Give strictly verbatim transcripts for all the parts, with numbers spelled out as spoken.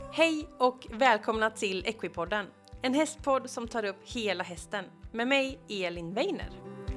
Hej och välkomna till Equipodden, en hästpodd som tar upp hela hästen, med mig Elin Weiner.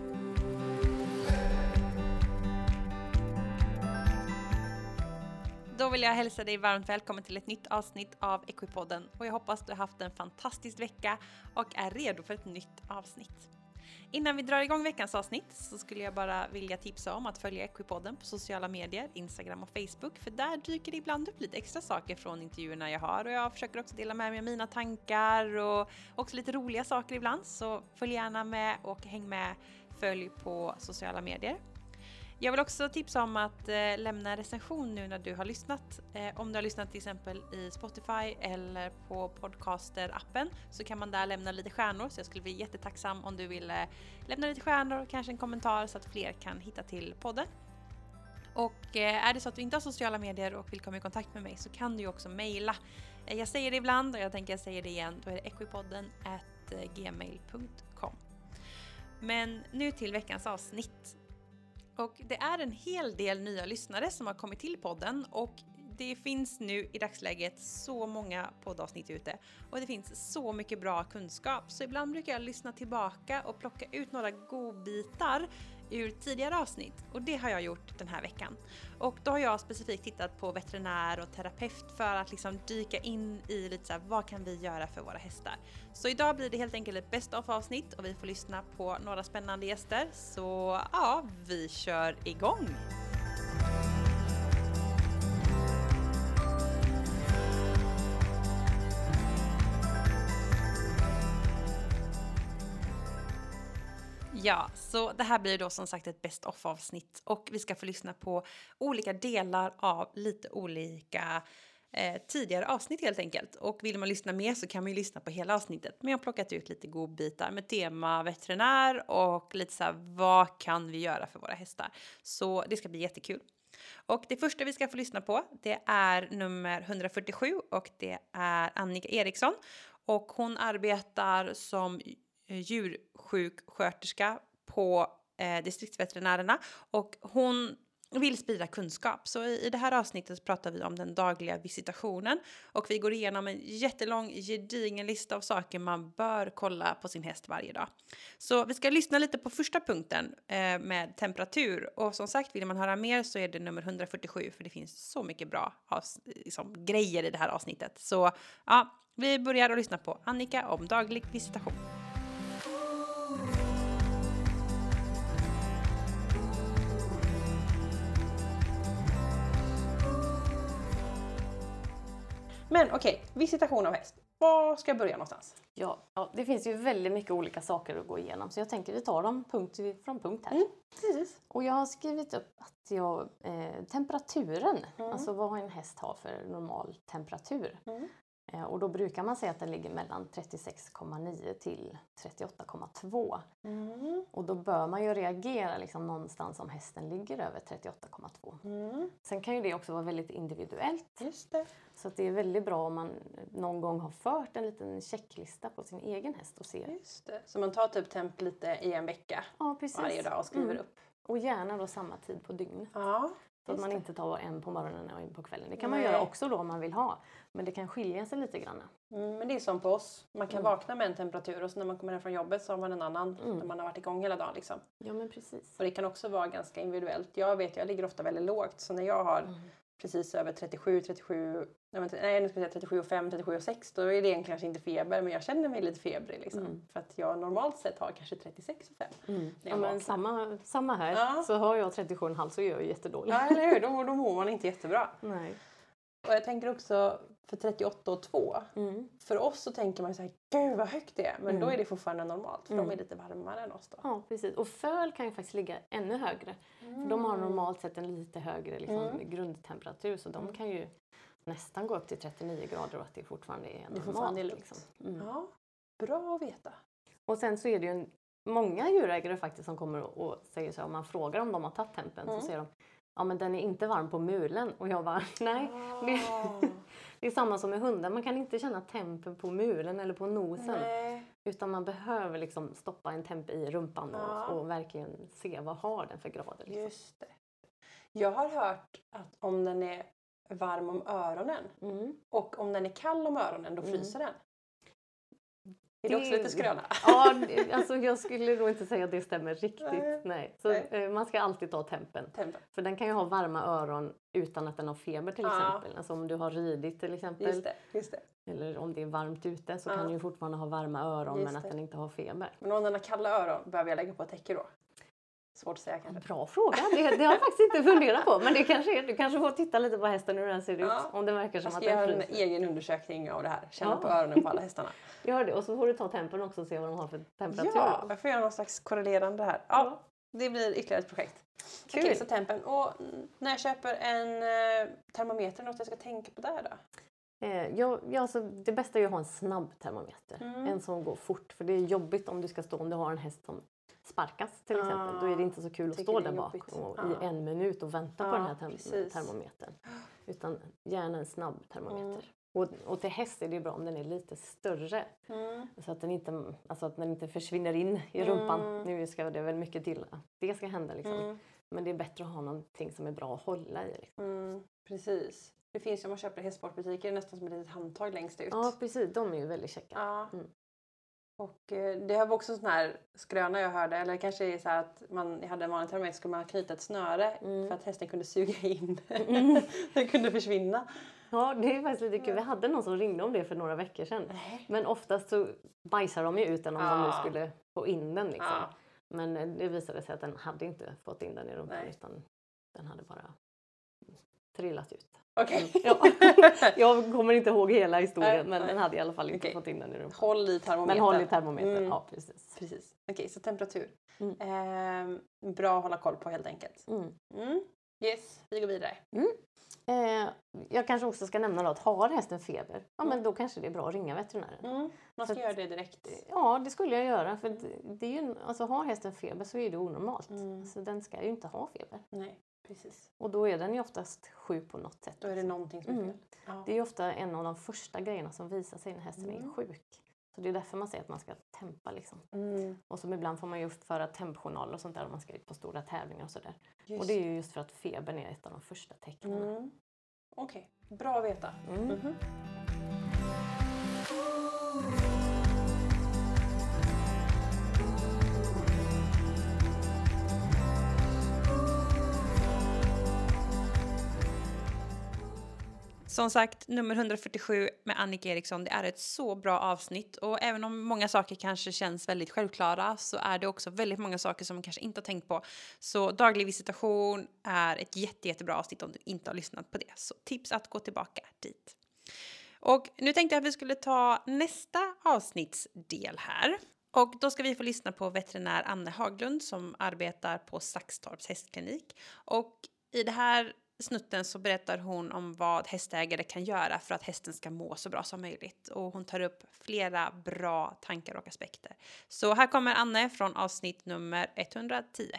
Då vill jag hälsa dig varmt välkommen till ett nytt avsnitt av Equipodden och jag hoppas du har haft en fantastisk vecka och är redo för ett nytt avsnitt. Innan vi drar igång veckans avsnitt så skulle jag bara vilja tipsa om att följa Equipodden på sociala medier, Instagram och Facebook, för där dyker det ibland upp lite extra saker från intervjuerna jag har och jag försöker också dela med mig av mina tankar och också lite roliga saker ibland, så följ gärna med och häng med, följ på sociala medier. Jag vill också tipsa om att eh, lämna en recension nu när du har lyssnat. Eh, om du har lyssnat till exempel i Spotify eller på Podcaster-appen så kan man där lämna lite stjärnor. Så jag skulle bli jättetacksam om du vill eh, lämna lite stjärnor och kanske en kommentar så att fler kan hitta till podden. Och eh, är det så att du inte har sociala medier och vill komma i kontakt med mig så kan du ju också mejla. Eh, jag säger det ibland och jag tänker jag säger det igen. Då är det equipodden at gmail punkt com. Men nu till veckans avsnitt. Och det är en hel del nya lyssnare som har kommit till podden och det finns nu i dagsläget så många poddavsnitt ute och det finns så mycket bra kunskap, så ibland brukar jag lyssna tillbaka och plocka ut några godbitar ur tidigare avsnitt, och det har jag gjort den här veckan. Och då har jag specifikt tittat på veterinär och terapeut för att liksom dyka in i lite så här, vad kan vi göra för våra hästar. Så idag blir det helt enkelt ett best of avsnitt och vi får lyssna på några spännande gäster, så ja, vi kör igång! Ja, så det här blir då som sagt ett best of avsnitt och vi ska få lyssna på olika delar av lite olika eh, tidigare avsnitt helt enkelt. Och vill man lyssna mer så kan man ju lyssna på hela avsnittet. Men jag har plockat ut lite godbitar med tema veterinär och lite så här, vad kan vi göra för våra hästar? Så det ska bli jättekul. Och det första vi ska få lyssna på, det är nummer hundrafyrtiosju och det är Annika Eriksson. Och hon arbetar som djursjuksköterska på eh, distriktsveterinärerna och hon vill sprida kunskap. Så i, i det här avsnittet pratar vi om den dagliga visitationen och vi går igenom en jättelång gedigen lista av saker man bör kolla på sin häst varje dag. Så vi ska lyssna lite på första punkten eh, med temperatur, och som sagt, vill man höra mer så är det nummer hundrafyrtiosju, för det finns så mycket bra avs- liksom, grejer i det här avsnittet. Så ja, vi börjar att lyssna på Annika om daglig visitation. Men okej, okay, visitation av häst. Var ska jag börja någonstans? Ja, ja, det finns ju väldigt mycket olika saker att gå igenom. Så jag tänker vi tar dem punkt från punkt här. Mm, precis. Och jag har skrivit upp att jag, eh, temperaturen, Mm. alltså vad en häst har för normal temperatur. Mm. Eh, och då brukar man säga att den ligger mellan trettiosex komma nio till trettioåtta komma två. Mm. Och då bör man ju reagera liksom någonstans om hästen ligger över trettioåtta komma två. Mm. Sen kan ju det också vara väldigt individuellt. Just det. Så att det är väldigt bra om man någon gång har fört en liten checklista på sin egen häst och ser. Just det. Så man tar typ temp lite i en vecka Ja, precis. varje dag och skriver Mm. upp. Och gärna då samma tid på dygnet. Ja, så att man det. inte tar en på morgonen och en på kvällen. Det kan Nej. man göra också då om man vill ha. Men det kan skilja sig lite grann. Mm, men det är som på oss. Man kan Mm. vakna med en temperatur och så när man kommer hem från jobbet så har man en annan Mm. när man har varit igång hela dagen. Liksom. Ja, men precis. Och det kan också vara ganska individuellt. Jag vet, jag ligger ofta väldigt lågt. Så när jag har Mm. precis över trettiosju, trettiosju, nej, nu ska jag säga trettiosju komma fem, trettiosju komma sex, då är det egentligen kanske inte feber, men jag känner mig lite febrig liksom. Mm. För att jag normalt sett har kanske trettiosex komma fem. Mm. När Ja, jag men vaknar. samma, samma här. Ja. Så har jag trettiosju komma fem så gör jag jättedåligt. Ja, eller hur? Då, då mår man inte jättebra. Nej. Och jag tänker också för trettioåtta komma två. Mm. För oss så tänker man så här, gud vad högt det är. Men Mm. då är det fortfarande normalt, för Mm. de är lite varmare än oss då. Ja, precis. Och föl kan ju faktiskt ligga ännu högre. För de har normalt sett en lite högre liksom, Mm. grundtemperatur. Så de Mm. kan ju nästan gå upp till trettionio grader och att det fortfarande är normalt. Det är fortfarande lugnt. liksom. Mm. Ja, bra att veta. Och sen så är det ju en, många djurägare faktiskt som kommer och, och säger så här, om man frågar om de har tagit tempen Mm. så säger de, ja men den är inte varm på mulen. Och jag bara, nej. Det, Ah. det är samma som med hundar, man kan inte känna tempen på mulen eller på nosen. Nej. Utan man behöver liksom stoppa en temp i rumpan Ja. och, och verkligen se vad har den för grader. Liksom. Just det. Jag har hört att om den är varm om öronen. Mm. Och om den är kall om öronen, då fryser Mm. den. Är det också lite skröna? Ja, det- alltså jag skulle nog inte säga att det stämmer riktigt. Nej. Nej. Så Nej. eh, man ska alltid ta tempen. Tempen. För den kan ju ha varma öron utan att den har feber till Ja. exempel. Alltså om du har ridit till exempel. Just det, just det. Eller om det är varmt ute så Ja. kan du ju fortfarande ha varma öron Just men att det. den inte har feber. Men om den har kalla öron, behöver jag lägga på ett täcke då? Svårt att säga kanske. Bra fråga, det, det har jag faktiskt inte funderat på. Men det kanske är, du kanske får titta lite på hästen hur den ser ut. Ja. Om det verkar som Jag att ska göra den en fryser. egen undersökning av det här. Känna Ja. på öronen på alla hästarna. Gör det och så får du ta tempen också och se vad de har för temperatur. Ja, jag får göra någon slags korrelerande här. Ja, Ja. det blir ytterligare ett projekt. Kul. Okej, så tempen. Och mm, när jag köper en eh, termometer, något jag ska tänka på där då? Eh, ja, ja, alltså, det bästa är att ha en snabb termometer. Mm. En som går fort. För det är jobbigt om du ska stå, om du har en häst som sparkas till Ah, exempel. Då är det inte så kul att tycker stå det är där bak jobbigt. och, Ah. i en minut och vänta på Ja, den här term- precis. termometern. Utan gärna en snabb termometer. Mm. Och, och till häst är det ju bra om den är lite större. Mm. Så att den inte, alltså att den inte försvinner in i rumpan. Nu ska det väl mycket till att det ska hända liksom. Mm. Men det är bättre att ha någonting som är bra att hålla i. Liksom. Mm. Precis. Det finns ju om man köper i hästsportbutiker nästan som ett litet handtag längst ut. Ja precis, de är ju väldigt käcka. Ja. Mm. Och eh, det var också en sån här skröna jag hörde, eller kanske är så här att man jag hade en vanlig termometer skulle man knyta ett snöre Mm. för att hästen kunde suga in. Mm. Den kunde försvinna. Ja, det är faktiskt lite kul. Vi hade någon som ringde om det för några veckor sedan. Men oftast så bajsar de ju ut den om de nu Ja. skulle få in den liksom. Ja. Men eh, det visade sig att den hade inte fått in den i rumpan Nej. utan den hade bara trillat ut. Okej. Ja. Jag kommer inte ihåg hela historien Nej, men nej. den hade i alla fall inte Okej. fått in den i rumpan. Håll i termometern. Men håll i termometern, Mm. ja precis. Precis. Okej, så temperatur. Mm. Ehm, bra att hålla koll på helt enkelt. Mm. Mm. Yes, vi går vidare. Eh, jag kanske också ska nämna då att har hästen feber, ja Mm. men då kanske det är bra att ringa veterinären. Mm. Man ska Så göra att- det direkt. Ja, det skulle jag göra. För det, det är ju, alltså, har hästen feber så är det onormalt. Mm. Så den ska ju inte ha feber. Nej, precis. Och då är den ju oftast sjuk på något sätt. Då är det någonting som är Mm. fel. Ja. Det är ju ofta en av de första grejerna som visar sig när hästen Mm. är sjuk. Så det är därför man säger att man ska tempa liksom. Mm. Och som ibland får man ju föra tempjournaler och sånt där om man ska ut på stora tävlingar och sådär. Just. Och det är ju just för att febern är ett av de första tecknen. Mm. Okej, bra att veta. Mm. Mhm. Som sagt, nummer hundrafyrtiosju med Annika Eriksson, det är ett så bra avsnitt. Och även om många saker kanske känns väldigt självklara så är det också väldigt många saker som man kanske inte har tänkt på. Så daglig visitation är ett jätte, jättebra avsnitt om du inte har lyssnat på det. Så tips att gå tillbaka dit. Och nu tänkte jag att vi skulle ta nästa avsnittsdel här. Och då ska vi få lyssna på veterinär Anne Haglund som arbetar på Saxtorps hästklinik. Och i det här snutten så berättar hon om vad hästägare kan göra för att hästen ska må så bra som möjligt. Och hon tar upp flera bra tankar och aspekter. Så här kommer Anne från avsnitt nummer etthundratio.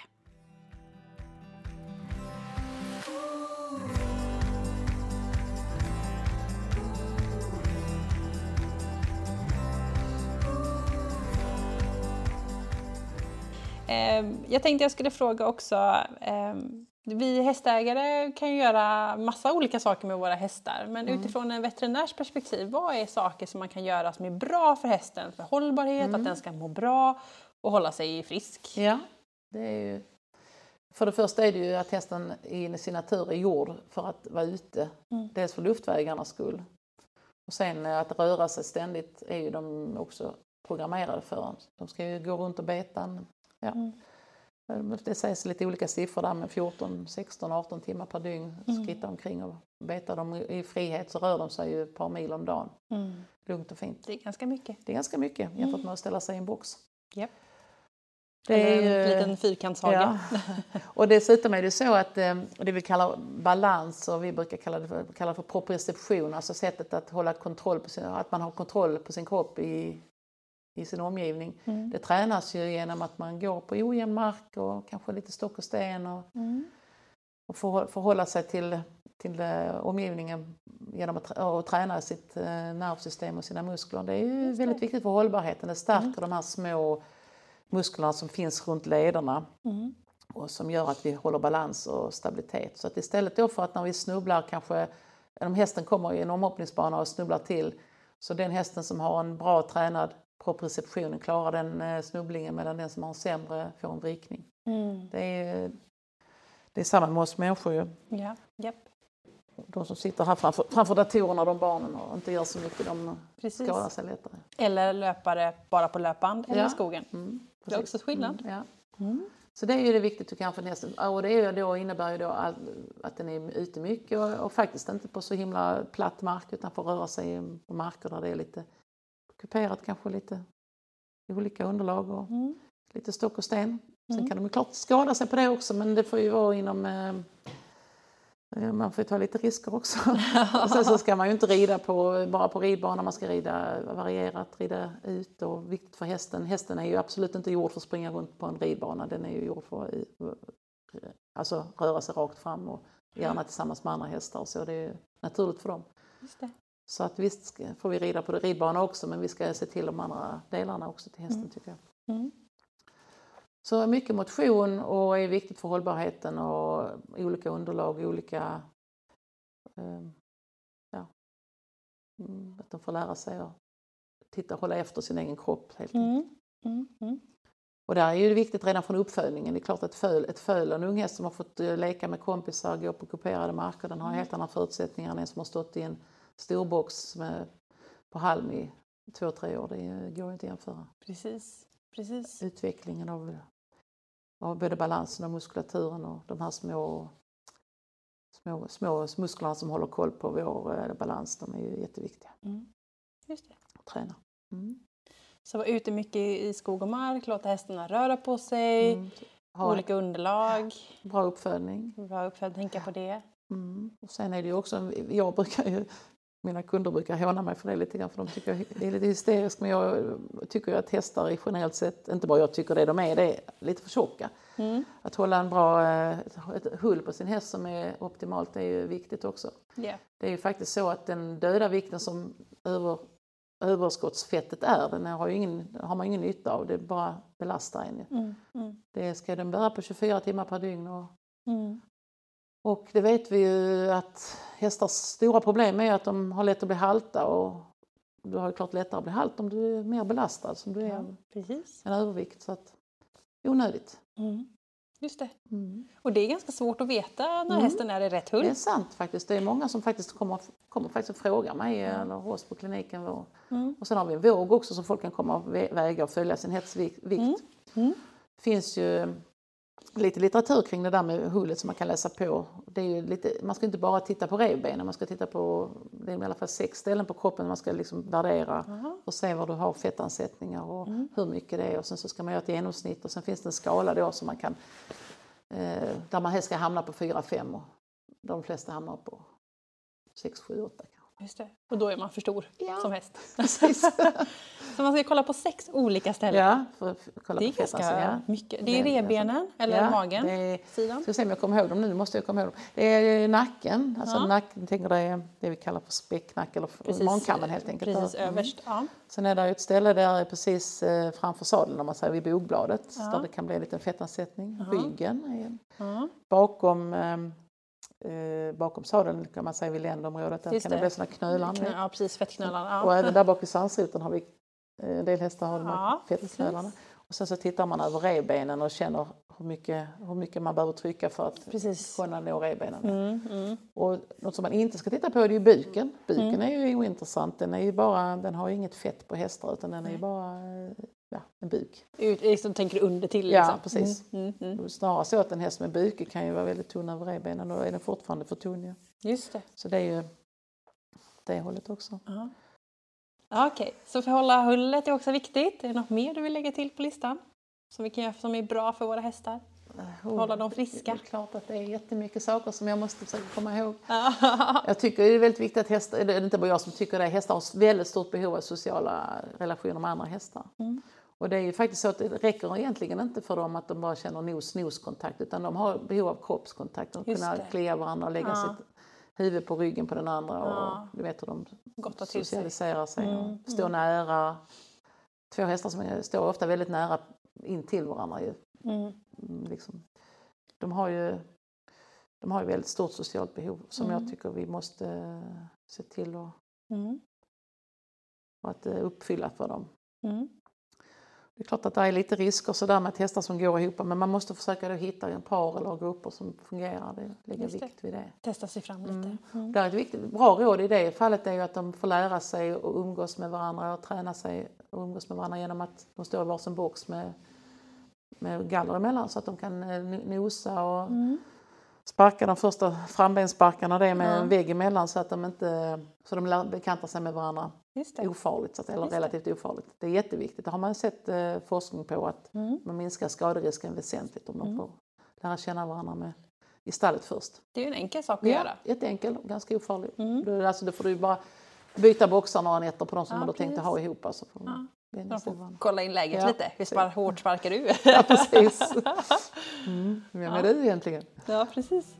Jag tänkte jag skulle fråga också, vi hästägare kan ju göra massa olika saker med våra hästar, men Mm. utifrån en veterinärs perspektiv, vad är saker som man kan göra som är bra för hästen, för hållbarhet, Mm. att den ska må bra och hålla sig frisk? Ja, det är ju... För det första är det ju att hästen i sin natur är gjord för att vara ute. Mm. Dels för luftvägarnas skull. Och sen att röra sig ständigt är ju de också programmerade för. De ska ju gå runt och beta. Ja. Mm. Det sägs lite olika siffror där med fjorton, sexton, arton timmar per dygn. Mm. Skritta omkring och beta dem i frihet så rör de sig ju ett par mil om dagen. Mm. Lugnt och fint. Det är ganska mycket. Det är ganska mycket jämfört med att ställa sig i en box. Japp. Det Eller är en ju- liten fyrkantshage. Ja. Och dessutom är det så att eh, det vi kallar balans och vi brukar kalla det för, kalla det för proprioception, alltså sättet att hålla kontroll på sin, att man har kontroll på sin kropp i, i sin omgivning. Mm. Det tränas ju genom att man går på ojämn mark och kanske lite stock och sten och, Mm. och förhå- förhålla sig till, till eh, omgivningen genom att trä- och träna sitt eh, nervsystem och sina muskler. Det är ju Just det. väldigt viktigt för hållbarheten. Det stärker de här små musklerna som finns runt lederna. Mm. Och som gör att vi håller balans och stabilitet. Så att istället då för att när vi snubblar kanske om hästen kommer i en omhoppningsbana och snubblar till, så den hästen som har en bra tränad proprioception klarar den eh, snubblingen, medan den som har en sämre får en vrikning. Mm. Det är, det är samma med oss människor ju. Ja, japp. De som sitter här framför, framför datorerna, de barnen, och inte gör så mycket, de Precis. skadar sig lättare. Eller löpare bara på löpband eller Ja. i skogen. Mm, Det är också skillnad. Mm, ja. Mm. Så det är ju det viktigt tycker jag för hästen. Och det är ju då, innebär ju då all, att den är ute mycket och, och faktiskt inte på så himla platt mark, utan får röra sig på marker där det är lite kuperat, kanske lite i olika underlag och Mm. lite stock och sten. Sen Mm. kan de ju klart skada sig på det också, men det får ju vara inom... Eh, man får ju ta lite risker också. Och sen så ska man ju inte rida på, bara på ridbana, man ska rida varierat, rida ut, och viktigt för hästen. Hästen är ju absolut inte gjord för att springa runt på en ridbana, den är ju gjord för att alltså, röra sig rakt fram och gärna tillsammans med andra hästar, och så det är ju naturligt för dem. Just det. Så att visst ska, får vi rida på ridbana också, men vi ska se till de andra delarna också till hästen, Mm. tycker jag. Mm. Så mycket motion och är viktigt för hållbarheten och olika underlag, olika... Eh, ja, mm, att de får lära sig att titta och hålla efter sin egen kropp helt enkelt. Mm. Mm. Mm. Och där är ju det viktigt redan från uppfödningen. Det är klart att föl, ett föl, en ung häst som har fått uh, leka med kompisar, gå på kuperade marker, den har Mm. helt andra förutsättningar än en som har stått i en stor box med, på halm i två, tre år. Det går inte att jämföra. Precis. Precis. Utvecklingen av, av både balansen och muskulaturen och de här små, små, små musklerna som håller koll på vår uh, balans, de är ju jätteviktiga Mm. Just det. att träna. Mm. Så vara ute mycket i skog och mark, låta hästarna röra på sig, Mm. Ha olika underlag, bra uppfödning. bra uppfödd, tänka på det. Mm. Och sen är det ju också, jag brukar ju, mina kunder brukar håna mig för det lite grann, för de tycker det är lite hysteriskt, men jag tycker ju att hästar är generellt sett, inte bara jag tycker det, de är, det är lite för tjocka. Mm. Att hålla en bra ett hull på sin häst som är optimalt är ju viktigt också. Yeah. Det är ju faktiskt så att den döda vikten som över, överskottsfettet är, den har, ju ingen, har man ingen nytta av, det bara belastar en ju. Mm. Mm. Det ska den bära på tjugofyra timmar per dygn. Och, Mm. och det vet vi ju att hästars stora problem är att de har lätt att bli halta, och du har ju klart lättare att bli halt om du är mer belastad som du är Ja, av precis. en övervikt. Så att, onödigt. Mm. Just det. Mm. Och det är ganska svårt att veta när Mm. hästen är i rätt hull. Det är sant faktiskt. Det är många som faktiskt kommer, kommer faktiskt att fråga mig eller oss på kliniken. Och, Mm. och sen har vi en våg också som folk kan komma och väga och följa sin hästvikt. Mm. Mm. Det finns ju lite litteratur kring det där med hullet som man kan läsa på. Det är ju lite, man ska inte bara titta på revbenen, man ska titta på, det är i alla fall sex ställen på kroppen man ska liksom värdera Aha. och se var du har fettansättningar och Mm. hur mycket det är. Och sen så ska man göra ett genomsnitt, och sen finns det en skala då som man kan, eh, där man helst ska hamna på fyra fem, och de flesta hamnar på sex sju åtta kanske. Just det. Och då är man för stor Ja. som häst. Precis. Så man ska kolla på sex olika ställen. Ja, för att kolla Det är på ganska fettansättningar. mycket. Det är Det är revbenen eller Ja, magen. det är, Sidan. ska se om jag kommer ihåg dem nu, nu måste jag komma ihåg dem. Det är nacken, alltså Ja. nacken, tänker det är det vi kallar för späcknack eller Precis, magkammen helt enkelt. Precis Mm. överst. Ja. Sen är det ett ställe där är precis eh, framför sadeln, om man säger vid bogbladet, Ja. där det kan bli en liten fettansättning. Ja. Ryggen är Ja. bakom, eh, eh, bakom sadeln kan man säga vid ländområdet, där Just kan det det. bli sådana knölar. Knö, ja, precis. Fettknölarna. Och Ja. även där bak i svansroten har vi, eh, en del hästar har de här Ja, fettknölarna. precis. Och sen så tittar man över revbenen och känner hur mycket, hur mycket man behöver trycka för att Precis. kunna nå revbenen. Mm, mm. Och något som man inte ska titta på är ju buken. Buken Mm. är ju ointressant. Den, är ju bara, den har ju inget fett på hästar, utan den är ju bara eh, ja, en buk. Ut, liksom, tänker du under till? Ja, Liksom. precis. Mm, mm, mm. Och snarare så att en häst med buke kan ju vara väldigt tunn över revbenen, och då är den fortfarande för tunn. Ja. Just det. Så det är ju det hållet också. Ja. Ja, okej, så för att hålla hullet är också viktigt. Är det något mer du vill lägga till på listan? Som vi kan göra som är bra för våra hästar? Oh, Hålla dem friska. Det är klart att det är jättemycket saker som jag måste försöka komma ihåg. Jag tycker det är väldigt viktigt att hästar, det är inte bara jag som tycker det, hästar har väldigt stort behov av sociala relationer med andra hästar. Mm. Och det är ju faktiskt så att det räcker egentligen inte för dem att de bara känner nos-nos-kontakt, utan de har behov av kroppskontakt. De Just kunna det. klia varandra och lägga Ja. sitt huvud på ryggen på den andra. Ja. Och du vet hur de Gotta till sig. socialiserar sig Mm, och står nära. Två hästar som är, står ofta väldigt nära in till varandra. Ju. Mm. Mm, liksom. De har ju de har ju väldigt stort socialt behov som Mm. jag tycker vi måste eh, se till att, Mm. att eh, uppfylla för dem. Mm. Det är klart att det är lite risker så där med att hästar som går ihop, men man måste försöka då hitta en par eller grupper som fungerar. Det lägger Just det. vikt vid det. Testa sig fram lite. Mm. Mm. Det är ett viktigt, bra råd i det fallet är ju att de får lära sig att umgås med varandra och träna sig och umgås med varandra genom att de står i varsin box med, med galler emellan så att de kan eh, nosa och Mm. sparka de första frambensparkarna det med Ja. en vägg emellan så att de inte så de lär- bekantar sig med varandra Just det. ofarligt, så att, eller Just det. relativt ofarligt. Det är jätteviktigt. Det har man sett eh, forskning på att Mm. man minskar skaderisken väsentligt om de Mm. får lära känna varandra med, i stallet först. Det är ju en enkel sak att göra. Jätteenkel och ganska ofarlig. Mm. Då, alltså, då får du bara byta boxar några nätter på de som Ja, man då tänkte precis. ha ihop. Alltså, för Ja. vänja De sig får varandra. kolla in läget Ja, lite. Hur spar- hårt sparkar du? Ja, precis. Mm. Vem är Ja. du egentligen? Ja, precis.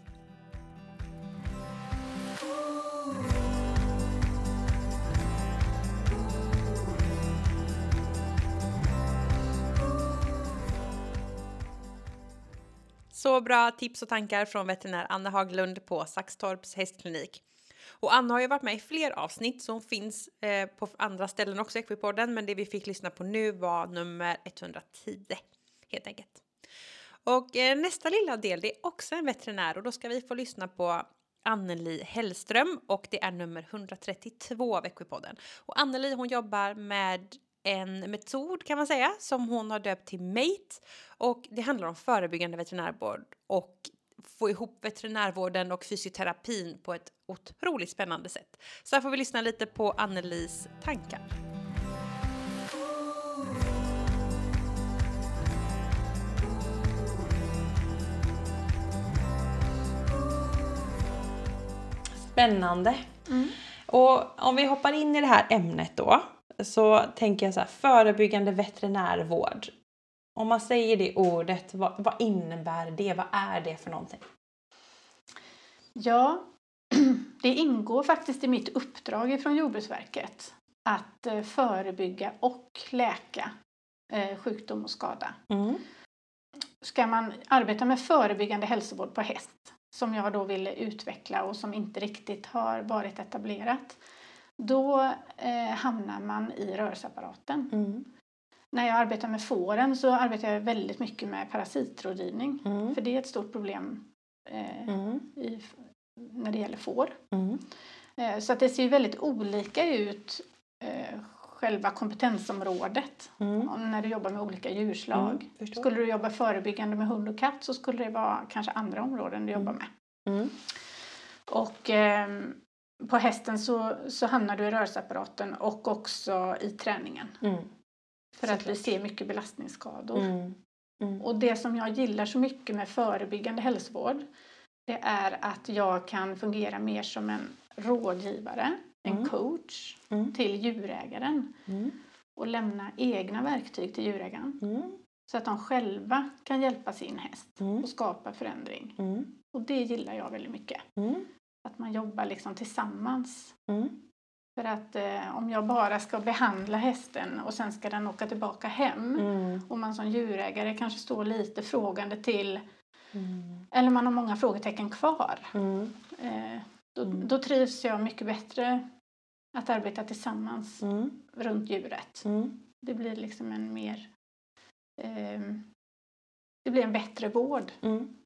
Så bra tips och tankar från veterinär Anna Haglund på Saxtorps hästklinik. Och Anna har ju varit med i fler avsnitt som finns eh, på andra ställen också i Equipodden, men det vi fick lyssna på nu var nummer etthundratio helt enkelt. Och eh, nästa lilla del, det är också en veterinär och då ska vi få lyssna på Anneli Hellström och det är nummer etthundratrettiotvå av Equipodden. Och Anneli hon jobbar med en metod kan man säga som hon har döpt till MATE och det handlar om förebyggande veterinärvård och få ihop veterinärvården och fysioterapin på ett otroligt spännande sätt. Så här får vi lyssna lite på Annelis tankar. Spännande. Mm. Och om vi hoppar in i det här ämnet då så tänker jag så här, förebyggande veterinärvård. Om man säger det ordet, vad, vad innebär det? Vad är det för någonting? Ja, det ingår faktiskt i mitt uppdrag från Jordbruksverket att eh, förebygga och läka eh, sjukdom och skada. Mm. Ska man arbeta med förebyggande hälsovård på häst, som jag då ville utveckla och som inte riktigt har varit etablerat, då eh, hamnar man i rörelseapparaten. Mm. När jag arbetar med fåren så arbetar jag väldigt mycket med parasitrådgivning. Mm. För det är ett stort problem eh, Mm. i, när det gäller får. Mm. Eh, så att det ser ju väldigt olika ut eh, själva kompetensområdet. Mm. Om när du jobbar med olika djurslag. Mm, förstår. Skulle du jobba förebyggande med hund och katt så skulle det vara kanske andra områden du Mm. jobbar med. Mm. Och eh, på hästen så, så hamnar du i rörelseapparaten och också i träningen. Mm. För att Såklart. vi ser mycket belastningsskador. Mm. Mm. Och det som jag gillar så mycket med förebyggande hälsovård, det är att jag kan fungera mer som en rådgivare, en Mm. coach Mm. till djurägaren Mm. och lämna egna verktyg till djurägaren Mm. så att de själva kan hjälpa sin häst Mm. och skapa förändring. Mm. Och det gillar jag väldigt mycket. Mm. Att man jobbar liksom tillsammans. Mm. För att eh, om jag bara ska behandla hästen och sen ska den åka tillbaka hem Mm. och man som djurägare kanske står lite frågande till, Mm. eller man har många frågetecken kvar. Mm. Eh, då, Mm. då trivs jag mycket bättre att arbeta tillsammans Mm. runt djuret. Mm. Det blir liksom en mer, eh, det blir en bättre vård Mm.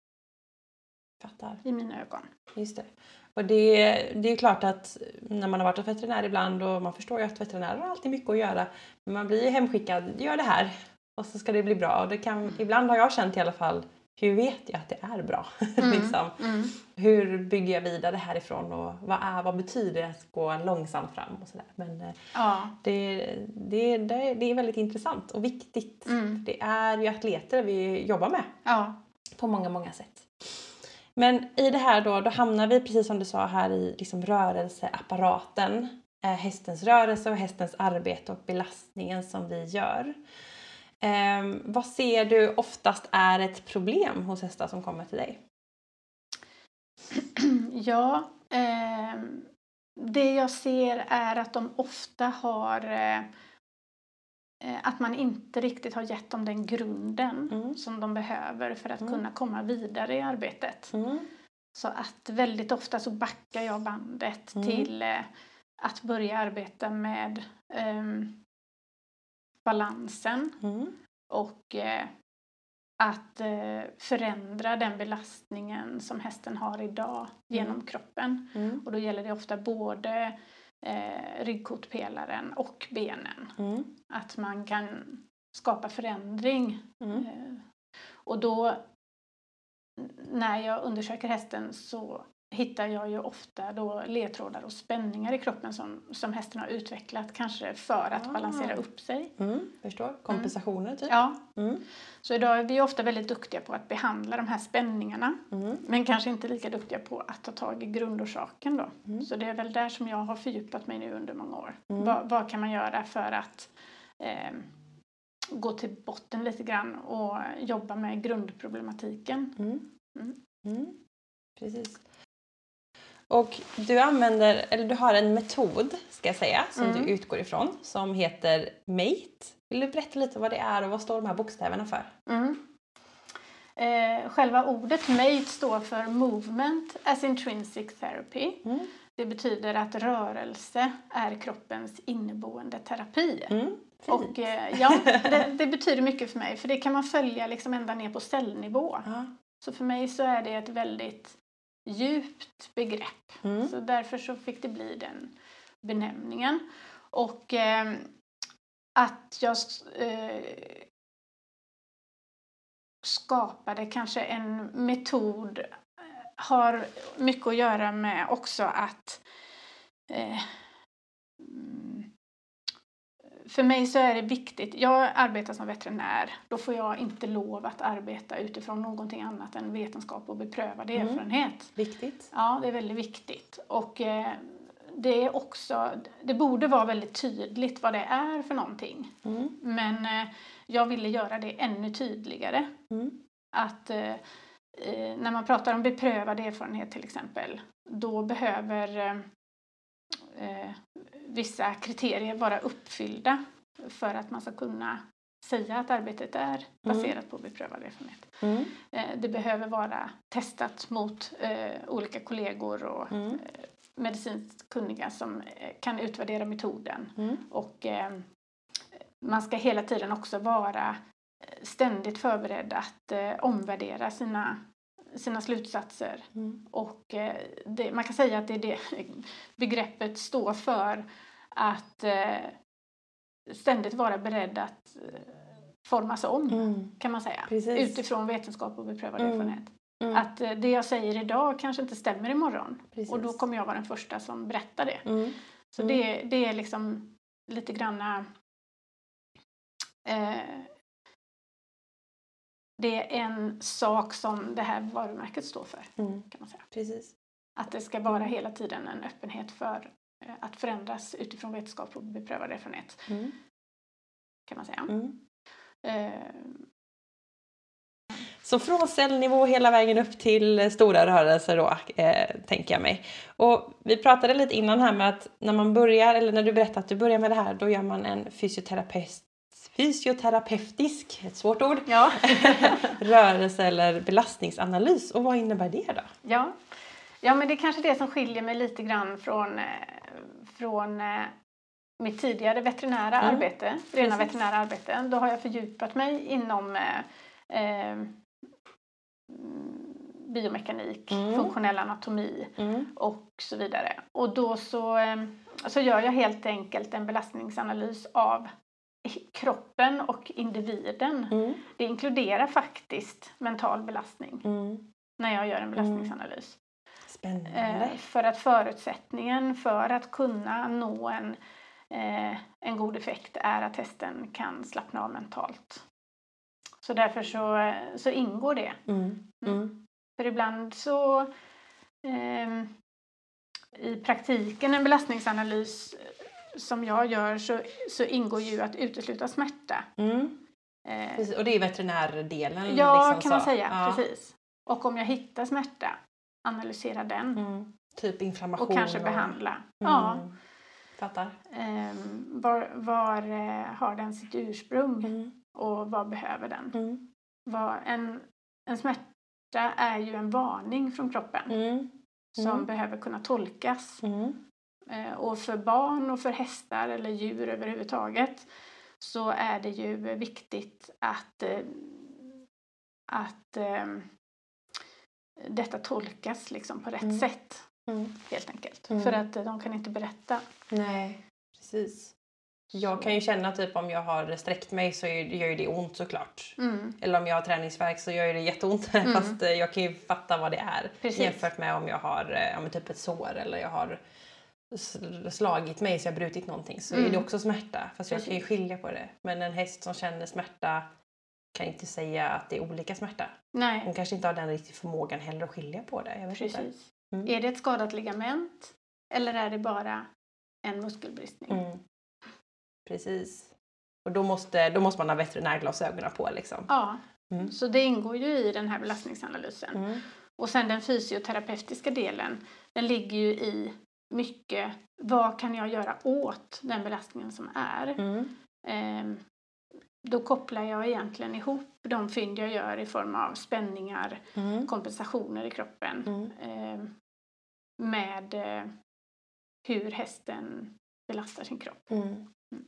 Fattar. i mina ögon. Just det. Och det, det är ju klart att när man har varit hos veterinär ibland och man förstår ju att veterinärer har alltid mycket att göra. Men man blir ju hemskickad, gör det här och så ska det bli bra. Och det kan, ibland har jag känt i alla fall, hur vet jag att det är bra? Mm. liksom. Mm. Hur bygger jag vidare härifrån och vad, är, vad betyder det att gå långsamt fram och sådär. Men eh, Ja. det, det, det, det är väldigt intressant och viktigt. Mm. Det är ju atleter vi jobbar med Ja. på många, många sätt. Men i det här då, då hamnar vi precis som du sa här i liksom rörelseapparaten. Eh, hästens rörelse och hästens arbete och belastningen som vi gör. Eh, vad ser du oftast är ett problem hos hästar som kommer till dig? Ja, eh, det jag ser är att de ofta har eh, att man inte riktigt har gett dem den grunden Mm. som de behöver för att Mm. kunna komma vidare i arbetet. Mm. Så att väldigt ofta så backar jag bandet Mm. till eh, att börja arbeta med ehm, balansen Mm. och eh, att eh, förändra den belastningen som hästen har idag genom kroppen. Mm. Och då gäller det ofta både eh, ryggkotpelaren och benen. Mm. Att man kan skapa förändring. Mm. Eh, och då när jag undersöker hästen så hittar jag ju ofta då ledtrådar och spänningar i kroppen som, som hästen har utvecklat kanske för att Ah. balansera upp sig. Mm. Förstår. Kompensationer typ. Ja, Mm. så idag är vi ofta väldigt duktiga på att behandla de här spänningarna. Mm. Men kanske inte lika duktiga på att ta tag i grundorsaken då. Mm. Så det är väl där som jag har fördjupat mig nu under många år. Mm. Vad, vad kan man göra för att eh, gå till botten lite grann och jobba med grundproblematiken. Mm. Mm. Mm. Precis. Och du använder, eller du har en metod ska jag säga, som Mm. du utgår ifrån som heter MATE. Vill du berätta lite vad det är och vad står de här bokstäverna för? Mm. Eh, själva ordet MATE står för Movement as Intrinsic Therapy. Mm. Det betyder att rörelse är kroppens inneboende terapi. Mm. Fint. Och eh, ja, det, det betyder mycket för mig. För det kan man följa liksom ända ner på cellnivå. Ja. Så för mig så är det ett väldigt djupt begrepp. Mm. Så därför så fick det bli den benämningen. Och eh, att jag eh, skapade kanske en metod har mycket att göra med också att eh, för mig så är det viktigt, jag arbetar som veterinär, då får jag inte lov att arbeta utifrån någonting annat än vetenskap och beprövad Mm. erfarenhet. Viktigt. Ja, det är väldigt viktigt. Och eh, det är också, det borde vara väldigt tydligt vad det är för någonting. Mm. Men eh, jag ville göra det ännu tydligare. Mm. Att eh, eh, när man pratar om beprövad erfarenhet till exempel, då behöver eh, eh, vissa kriterier vara uppfyllda för att man ska kunna säga att arbetet är baserat mm. på beprövad erfarenhet. Mm. Eh, det behöver vara testat mot eh, olika kollegor och Mm. eh, medicinskt kunniga som eh, kan utvärdera metoden. Mm. Och eh, man ska hela tiden också vara ständigt förberedd att eh, omvärdera sina, sina slutsatser. Mm. Och eh, det, man kan säga att det är det begreppet står för, att eh, ständigt vara beredd att eh, formas om, Mm. kan man säga. Precis. Utifrån vetenskap och beprövad Mm. erfarenhet. Mm. Att eh, det jag säger idag kanske inte stämmer imorgon. Precis. Och då kommer jag vara den första som berättar det. Mm. Så Mm. det, det är liksom lite granna... Eh, det är en sak som det här varumärket står för, Mm. kan man säga. Precis. Att det ska vara hela tiden en öppenhet för eh, att förändras utifrån vetenskap och beprövad erfarenhet, Mm. kan man säga. Mm. Eh, Så från cellnivå hela vägen upp till stora rörelser då, eh, tänker jag mig. Och vi pratade lite innan här med att när man börjar, eller när du berättade att du börjar med det här, då gör man en fysioterapeut, fysioterapeutisk, ett svårt ord, ja. rörelse eller belastningsanalys. Och vad innebär det då? ja. Ja, men det är kanske det som skiljer mig lite grann från, eh, från eh, mitt tidigare veterinära Mm. arbete, rena Precis. veterinära arbete. Då har jag fördjupat mig inom eh, eh, biomekanik, Mm. funktionell anatomi Mm. och så vidare. Och då så, eh, så gör jag helt enkelt en belastningsanalys av kroppen och individen. Mm. Det inkluderar faktiskt mental belastning Mm. när jag gör en belastningsanalys. Spännande. Eh, för att förutsättningen för att kunna nå en, eh, en god effekt är att hästen kan slappna av mentalt. Så därför så, så ingår det. Mm. Mm. För ibland så eh, i praktiken en belastningsanalys som jag gör så, så ingår ju att utesluta smärta. Mm. Eh, Precis. Och det är veterinärdelen. ja, liksom kan man så. säga. Ja. Precis. Och om jag hittar smärta, analysera den. Mm. Typ inflammation. Och kanske behandla. Ja. Mm. Fattar. Um, var var uh, har den sitt ursprung Mm. och vad behöver den? Mm. Vad, en, en, smärt, smärta är ju en varning från kroppen Mm. som Mm. behöver kunna tolkas. Mm. Eh, och för barn och för hästar eller djur överhuvudtaget så är det ju viktigt att, eh, att eh, detta tolkas liksom på rätt Mm. sätt. Mm. Helt enkelt. Mm. För att eh, de kan inte berätta. Nej, precis. Jag kan ju känna typ om jag har sträckt mig så gör ju det ont såklart. Mm. Eller om jag har träningsvärk så gör ju det jätteont. Mm. Fast eh, jag kan ju fatta vad det är. Precis. Jämfört med om jag har eh, ja, men typ ett sår eller jag har s- slagit mig så jag har brutit någonting. Så Mm. är det också smärta. Fast jag kan ju Precis. skilja på det. Men en häst som känner smärta kan inte säga att det är olika smärta. Nej, Hon kanske inte har den riktiga förmågan heller att skilja på det. Jag vet inte. precis. Mm. Är det ett skadat ligament eller är det bara en muskelbristning? Mm. Precis. Och då måste, då måste man ha veterinärglasögonen på liksom. Ja, Mm. så det ingår ju i den här belastningsanalysen. Mm. Och sen den fysioterapeutiska delen, den ligger ju i mycket, vad kan jag göra åt den belastningen som är? Mm. Ehm, då kopplar jag egentligen ihop de fynd jag gör i form av spänningar, Mm. kompensationer i kroppen Mm. ehm, med eh, hur hästen belastar sin kropp. Mm.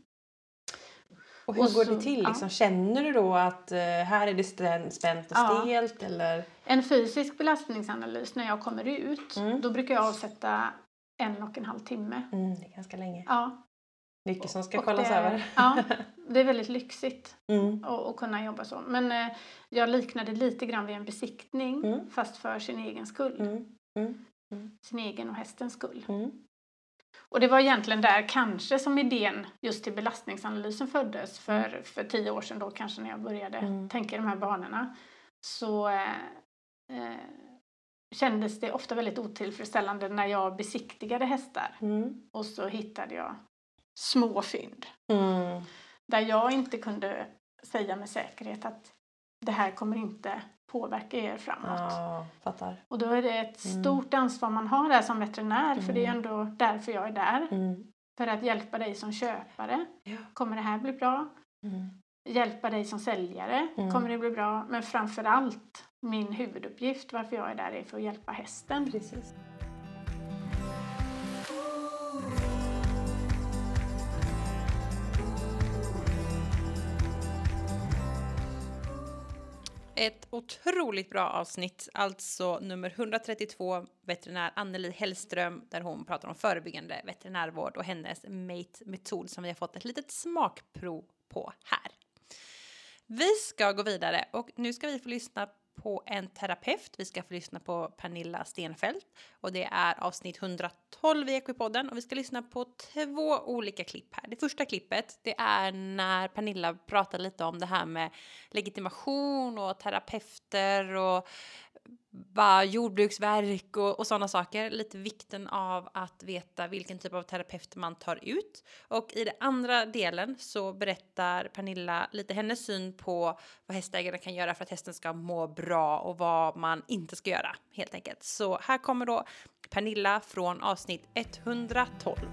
Och hur Och går så- det till? Liksom? ja. Känner du då att eh, här är det stä- spänt och Ja. stelt? Eller? En fysisk belastningsanalys när jag kommer ut, Mm. då brukar jag avsätta en och en halv timme. Mm, det är ganska länge. Ja, Mycket som ska och kollas det är- över. Ja, det är väldigt lyxigt Mm. att, att kunna jobba så. Men eh, jag liknade lite grann vid en besiktning, Mm. fast för sin egen skull. Mm. Mm. Sin egen och hästens skull. Mm. Och det var egentligen där kanske som idén just till belastningsanalysen föddes för, för tio år sedan då kanske när jag började Mm. tänka i de här banorna. Så eh, eh, kändes det ofta väldigt otillfredsställande när jag besiktigade hästar. Mm. Och så hittade jag små fynd. Mm. Där jag inte kunde säga med säkerhet att det här kommer inte påverka er framåt. Ja, fattar. Och då är det ett Mm. stort ansvar man har där som veterinär. För det är Mm. ändå därför jag är där. Mm. För att hjälpa dig som köpare. Ja. Kommer det här bli bra? Mm. Hjälpa dig som säljare. Mm. Kommer det bli bra? Men framför allt min huvuduppgift varför jag är där är för att hjälpa hästen. Precis. Ett otroligt bra avsnitt, alltså nummer etthundratrettiotvå, veterinär Anneli Hellström, där hon pratar om förebyggande veterinärvård och hennes MATE-metod som vi har fått ett litet smakprov på här. Vi ska gå vidare och nu ska vi få lyssna på en terapeut. Vi ska få lyssna på Pernilla Stenfeldt och det är avsnitt etthundratolv i Equipodden och vi ska lyssna på två olika klipp här. Det första klippet, det är när Pernilla pratar lite om det här med legitimation och terapeuter och bara jordbruksverk och, och sådana saker. Lite vikten av att veta vilken typ av terapeut man tar ut. Och i den andra delen så berättar Pernilla lite hennes syn på vad hästägarna kan göra för att hästen ska må bra och vad man inte ska göra helt enkelt. Så här kommer då Pernilla från avsnitt etthundratolv.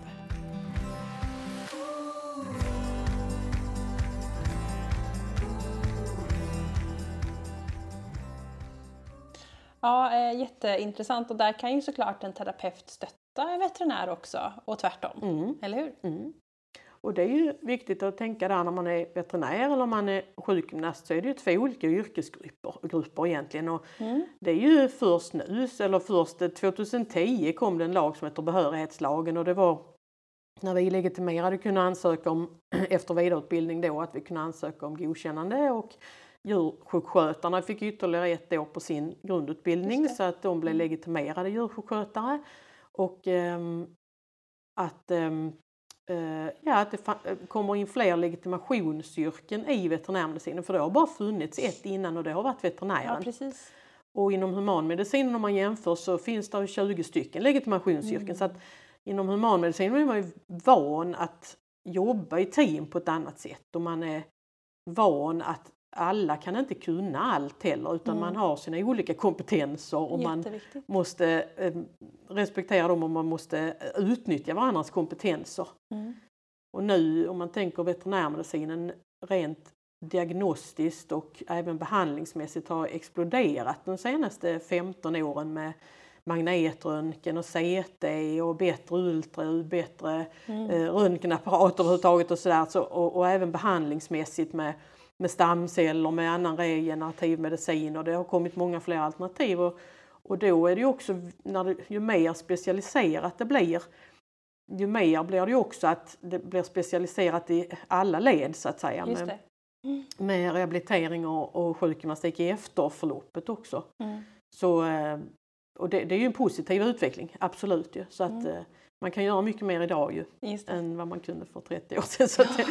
Ja, eh, jätteintressant. Och där kan ju såklart en terapeut stötta en veterinär också och tvärtom. Mm. Eller hur? Mm. Och det är ju viktigt att tänka där när man är veterinär eller om man är sjukgymnast så är det ju två olika yrkesgrupper grupper egentligen. Och Mm. det är ju först nu, eller först tjugohundratio kom det en lag som heter behörighetslagen och det var när vi legitimerade kunde ansöka om efter vidareutbildning då att vi kunde ansöka om godkännande och djursjukskötarna fick ytterligare ett år på sin grundutbildning så att de blev legitimerade djursjukskötare och ähm, att, ähm, äh, ja, att det fa- kommer in fler legitimationsyrken i veterinärmedicinen för det har bara funnits ett innan och det har varit veterinären. Ja, precis. Och inom humanmedicinen om man jämför så finns det tjugo stycken legitimationsyrken Mm. så att inom humanmedicinen är man ju van att jobba i team på ett annat sätt och man är van att alla kan inte kunna allt heller utan Mm. man har sina olika kompetenser och man Jätteviktigt. måste eh, respektera dem och man måste utnyttja varandras kompetenser. Mm. Och nu om man tänker veterinärmedicinen rent diagnostiskt och även behandlingsmässigt har exploderat de senaste femton åren med magnetröntgen och C T och bättre ultraljud, bättre mm. eh, röntgenapparater överhuvudtaget och sådär. Så, och, och även behandlingsmässigt med, med stamceller, med annan regenerativ medicin, och det har kommit många fler alternativ. Och, och då är det ju också, när det, ju mer specialiserat det blir, ju mer blir det ju också att det blir specialiserat i alla led så att säga. Just med, det. Mm. med rehabilitering och, och sjukgymnastik i efterförloppet också. Mm. Så, och det, det är ju en positiv utveckling, absolut ju. Så att mm. man kan göra mycket mer idag ju än vad man kunde för trettio år sedan. Så att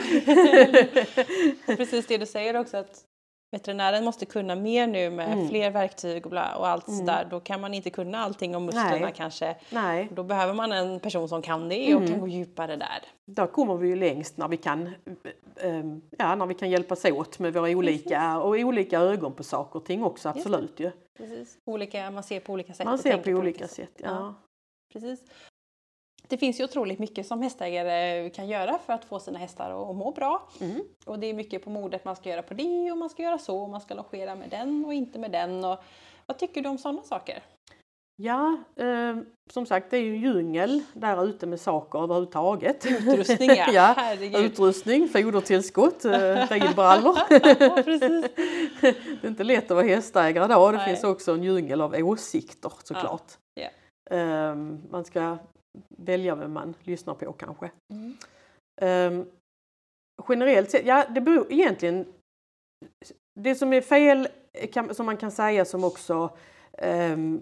det... Precis det du säger också, att veterinären måste kunna mer nu med mm. fler verktyg och, bla, och allt mm. sådär. Då kan man inte kunna allting om musklerna Nej. kanske. Nej. Då behöver man en person som kan det och mm. kan gå djupare där. Där kommer vi ju längst när vi kan, ähm, ja, när vi kan hjälpas åt med våra olika och olika ögon på saker och ting också, absolut ju. Precis. Olika, man ser på olika sätt. Man ser på, på olika sätt, sätt ja. ja. Precis. Det finns ju otroligt mycket som hästägare kan göra för att få sina hästar att må bra. Mm. Och det är mycket på modet, man ska göra på det och man ska göra så. Och man ska logera med den och inte med den. Och vad tycker du om sådana saker? Ja, eh, som sagt det är ju djungel där ute med saker överhuvudtaget. Utrustning, ja. ja utrustning, fodertillskott, eh, ridbrallor. Ja, precis. Det är inte lätt att vara hästägare då. Det Nej. finns också en djungel av åsikter såklart. Ja. Yeah. Eh, man ska välja vem man lyssnar på kanske. Mm. Um, generellt sett, ja det beror egentligen, det som är fel kan, som man kan säga som också um,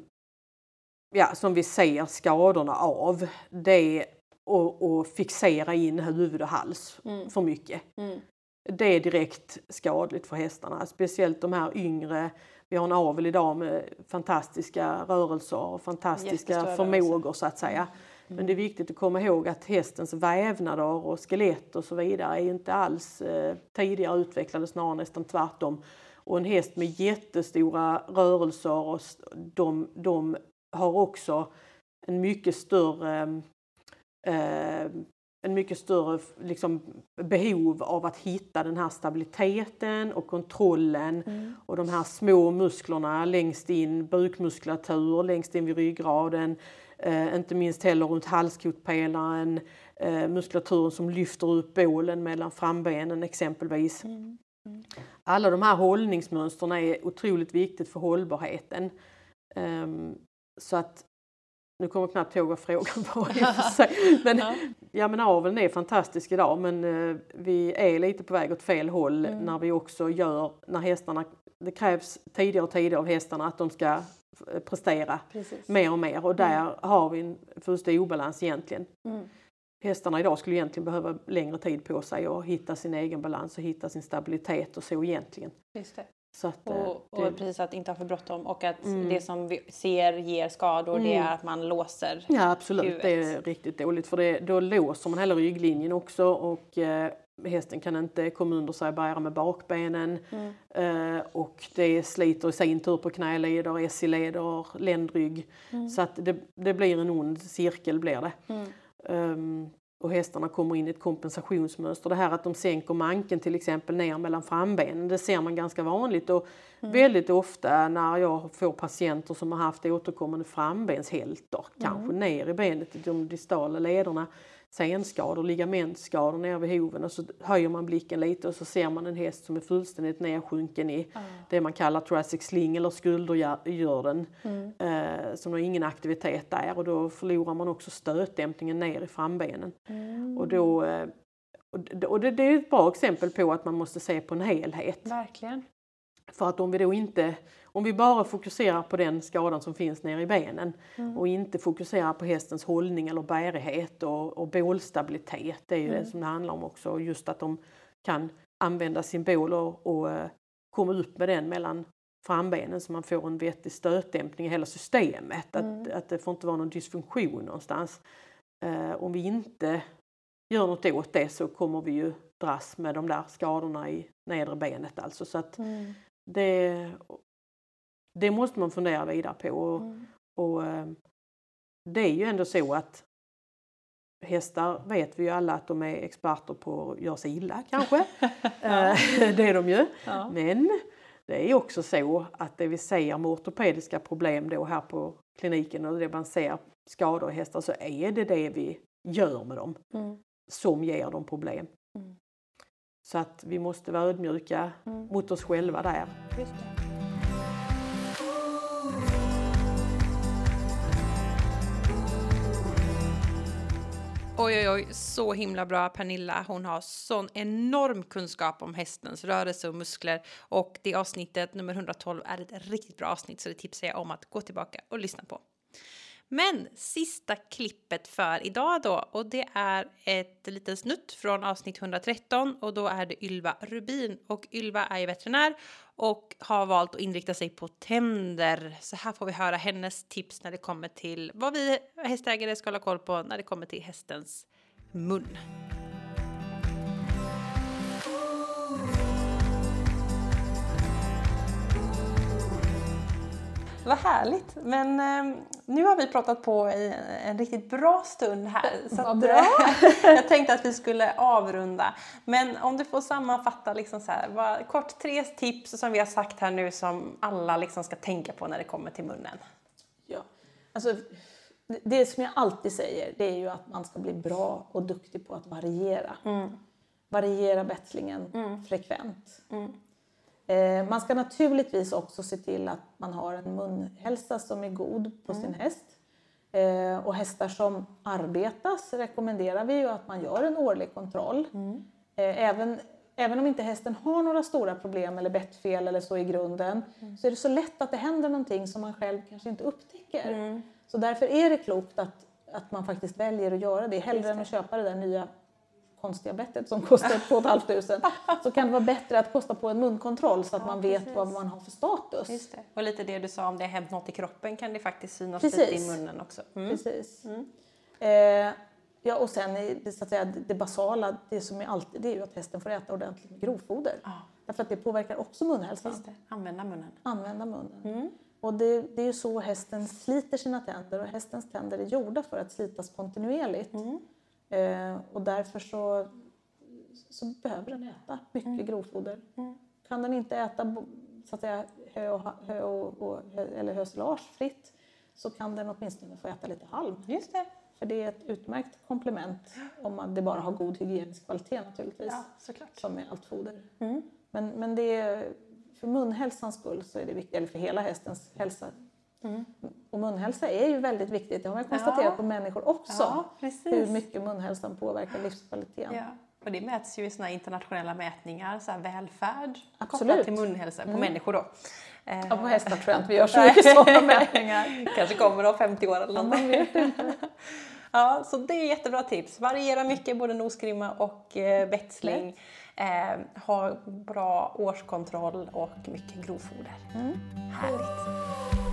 ja, som vi ser skadorna av, det är att, att fixera in huvud och hals mm. för mycket. Mm. Det är direkt skadligt för hästarna, speciellt de här yngre. Vi har en avel idag med fantastiska rörelser och fantastiska förmågor rörelser. Så att säga. Mm. Men det är viktigt att komma ihåg att hästens vävnader och skelett och så vidare är inte alls eh, tidigare utvecklade, snarare nästan tvärtom. Och en häst med jättestora rörelser, och de, de har också en mycket större, eh, en mycket större liksom, behov av att hitta den här stabiliteten och kontrollen mm. och de här små musklerna längst in, bukmuskulatur längst in vid ryggraden. Uh, inte minst heller runt halskotpelaren, uh, muskulaturen som lyfter upp bålen mellan frambenen exempelvis. Mm. Mm. Alla de här hållningsmönsterna är otroligt viktigt för hållbarheten. Um, så att, nu kommer jag knappt ihåg vad frågan var i och för sig. Men, ja. ja men aveln är fantastisk idag, men uh, vi är lite på väg åt fel håll mm. när vi också gör, när hästarna, det krävs tidigare och tidigare av hästarna att de ska prestera Precis. mer och mer, och där mm. har vi en fullständig obalans egentligen. Mm. Hästarna idag skulle egentligen behöva längre tid på sig och hitta sin egen balans och hitta sin stabilitet och så egentligen. Just det. Så att, och, och det... precis att inte ha för bråttom, och att mm. det som vi ser ger skador mm. det är att man låser Ja absolut, huvudet. Det är riktigt dåligt, för det, då låser man hela rygglinjen också, och eh, hästen kan inte komma under sig och bära med bakbenen mm. eh, och det sliter i sin tur på knäleder, S I-leder, ländrygg mm. så att det, det blir en ond cirkel blir det. Mm. Um, och hästarna kommer in i ett kompensationsmönster. Det här att de sänker manken till exempel ner mellan frambenen, det ser man ganska vanligt, och mm. väldigt ofta när jag får patienter som har haft återkommande frambenshälter, mm. kanske ner i benet i de distala lederna, senskador, ligamentskador nere vid hoven, och så höjer man blicken lite och så ser man en häst som är fullständigt nedsjunken i mm. det man kallar thoracic sling eller skuldergörden, mm. eh, som har ingen aktivitet där, och då förlorar man också stötdämpningen ner i frambenen. Mm. Och, då, eh, och det, det är ett bra exempel på att man måste se på en helhet. Verkligen. För att om vi då inte, om vi bara fokuserar på den skadan som finns nere i benen mm. och inte fokuserar på hästens hållning eller bärighet och, och bålstabilitet, det är ju mm. det som det handlar om också, just att de kan använda sin bål och, och uh, komma upp med den mellan frambenen så man får en vettig stötdämpning i hela systemet, mm. att, att det får inte vara någon dysfunktion någonstans. Uh, om vi inte gör något åt det så kommer vi ju dras med de där skadorna i nedre benet alltså, så att mm. det, det måste man fundera vidare på, och, mm. och det är ju ändå så att hästar vet vi ju alla att de är experter på att göra sig illa kanske. Ja. Det är de ju. Ja. Men det är också så att det vi ser med ortopediska problem då här på kliniken och det man ser skador i hästar så är det det vi gör med dem mm. som ger dem problem. Mm. Så att vi måste vara ödmjuka mm. mot oss själva där. Just det. Oj, oj, oj, så himla bra Pernilla. Hon har sån enorm kunskap om hästens rörelse och muskler. Och det avsnittet, nummer hundratolv, är ett riktigt bra avsnitt. Så det tipsar jag om att gå tillbaka och lyssna på. Men sista klippet för idag då. Och det är ett litet snutt från avsnitt hundratretton. Och då är det Ylva Rubin. Och Ylva är ju veterinär och har valt att inrikta sig på tänder. Så här får vi höra hennes tips när det kommer till vad vi hästägare ska hålla koll på när det kommer till hästens mun. Vad härligt, men eh, nu har vi pratat på i en riktigt bra stund här. Så att, bra. Jag tänkte att vi skulle avrunda. Men om du får sammanfatta liksom så här, vad, kort tre tips som vi har sagt här nu som alla liksom ska tänka på när det kommer till munnen. Ja, alltså det som jag alltid säger det är ju att man ska bli bra och duktig på att variera. Mm. Variera betslingen mm. frekvent. Mm. Man ska naturligtvis också se till att man har en munhälsa som är god på mm. sin häst. Och hästar som arbetas rekommenderar vi ju att man gör en årlig kontroll. Mm. Även, även om inte hästen har några stora problem eller bettfel eller så i grunden. Mm. Så är det så lätt att det händer någonting som man själv kanske inte upptäcker. Mm. Så därför är det klokt att, att man faktiskt väljer att göra det. Hellre än att köpa det där nya konstiga bettet som kostar två och ett halvt tusen. Så kan det vara bättre att kosta på en munkontroll så att ja, man vet precis. Vad man har för status. Just det. Och lite det du sa om det har hänt något i kroppen kan det faktiskt synas lite i munnen också. Mm. Precis. Mm. Eh, ja och sen det, så att säga, det basala, det som är alltid det är ju att hästen får äta ordentligt med grovfoder. Ah. Därför att det påverkar också munhälsan. Just det. Använda munnen. Använda munnen. Mm. Och det, det är ju så hästen sliter sina tänder och hästens tänder är gjorda för att slitas kontinuerligt. Mm. Eh, och därför så, så behöver den äta mycket mm. grovfoder. Mm. Kan den inte äta så att säga, hö, och, hö och, och, eller hösilage fritt så kan den åtminstone få äta lite halm. Just det. För det är ett utmärkt komplement om man det bara har god hygienisk kvalitet naturligtvis. Ja, såklart. Som med allt foder. Mm. Men, men det är, för munhälsans skull så är det viktigt, eller för hela hästens hälsa. Mm. Och munhälsa är ju väldigt viktigt. Det har man konstaterat ja. På människor också. Ja, hur mycket munhälsan påverkar livskvaliteten. Ja. Och det mäts ju i såna internationella mätningar. Så här välfärd Absolut. Kopplat till munhälsa på mm. människor då. Ja, på hästar tror jag inte vi gör så mycket sådana mätningar. Kanske kommer om femtio år eller något. Ja, ja, så det är jättebra tips. Variera mycket, både nosgrimma och eh, betsling. Eh, ha bra årskontroll och mycket grovfoder. Mm. Härligt.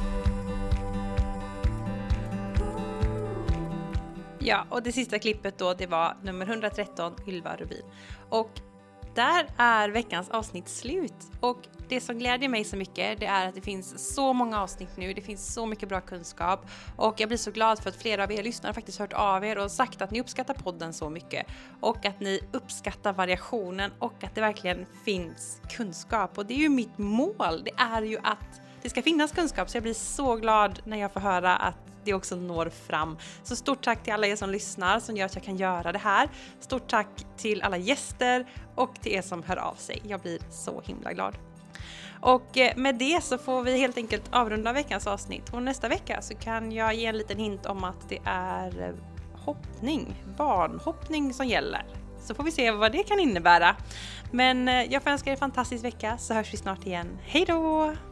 Ja, och det sista klippet då, det var nummer hundratretton, Ylva Rubin. Och där är veckans avsnitt slut. Och det som glädjer mig så mycket, det är att det finns så många avsnitt nu. Det finns så mycket bra kunskap. Och jag blir så glad för att flera av er lyssnare faktiskt hört av er och sagt att ni uppskattar podden så mycket. Och att ni uppskattar variationen och att det verkligen finns kunskap. Och det är ju mitt mål. Det är ju att det ska finnas kunskap. Så jag blir så glad när jag får höra att det också når fram. Så stort tack till alla er som lyssnar som gör att jag kan göra det här. Stort tack till alla gäster och till er som hör av sig. Jag blir så himla glad. Och med det så får vi helt enkelt avrunda veckans avsnitt. Och nästa vecka så kan jag ge en liten hint om att det är hoppning, barnhoppning som gäller. Så får vi se vad det kan innebära. Men jag får önska er en fantastisk vecka så hörs vi snart igen. Hej då!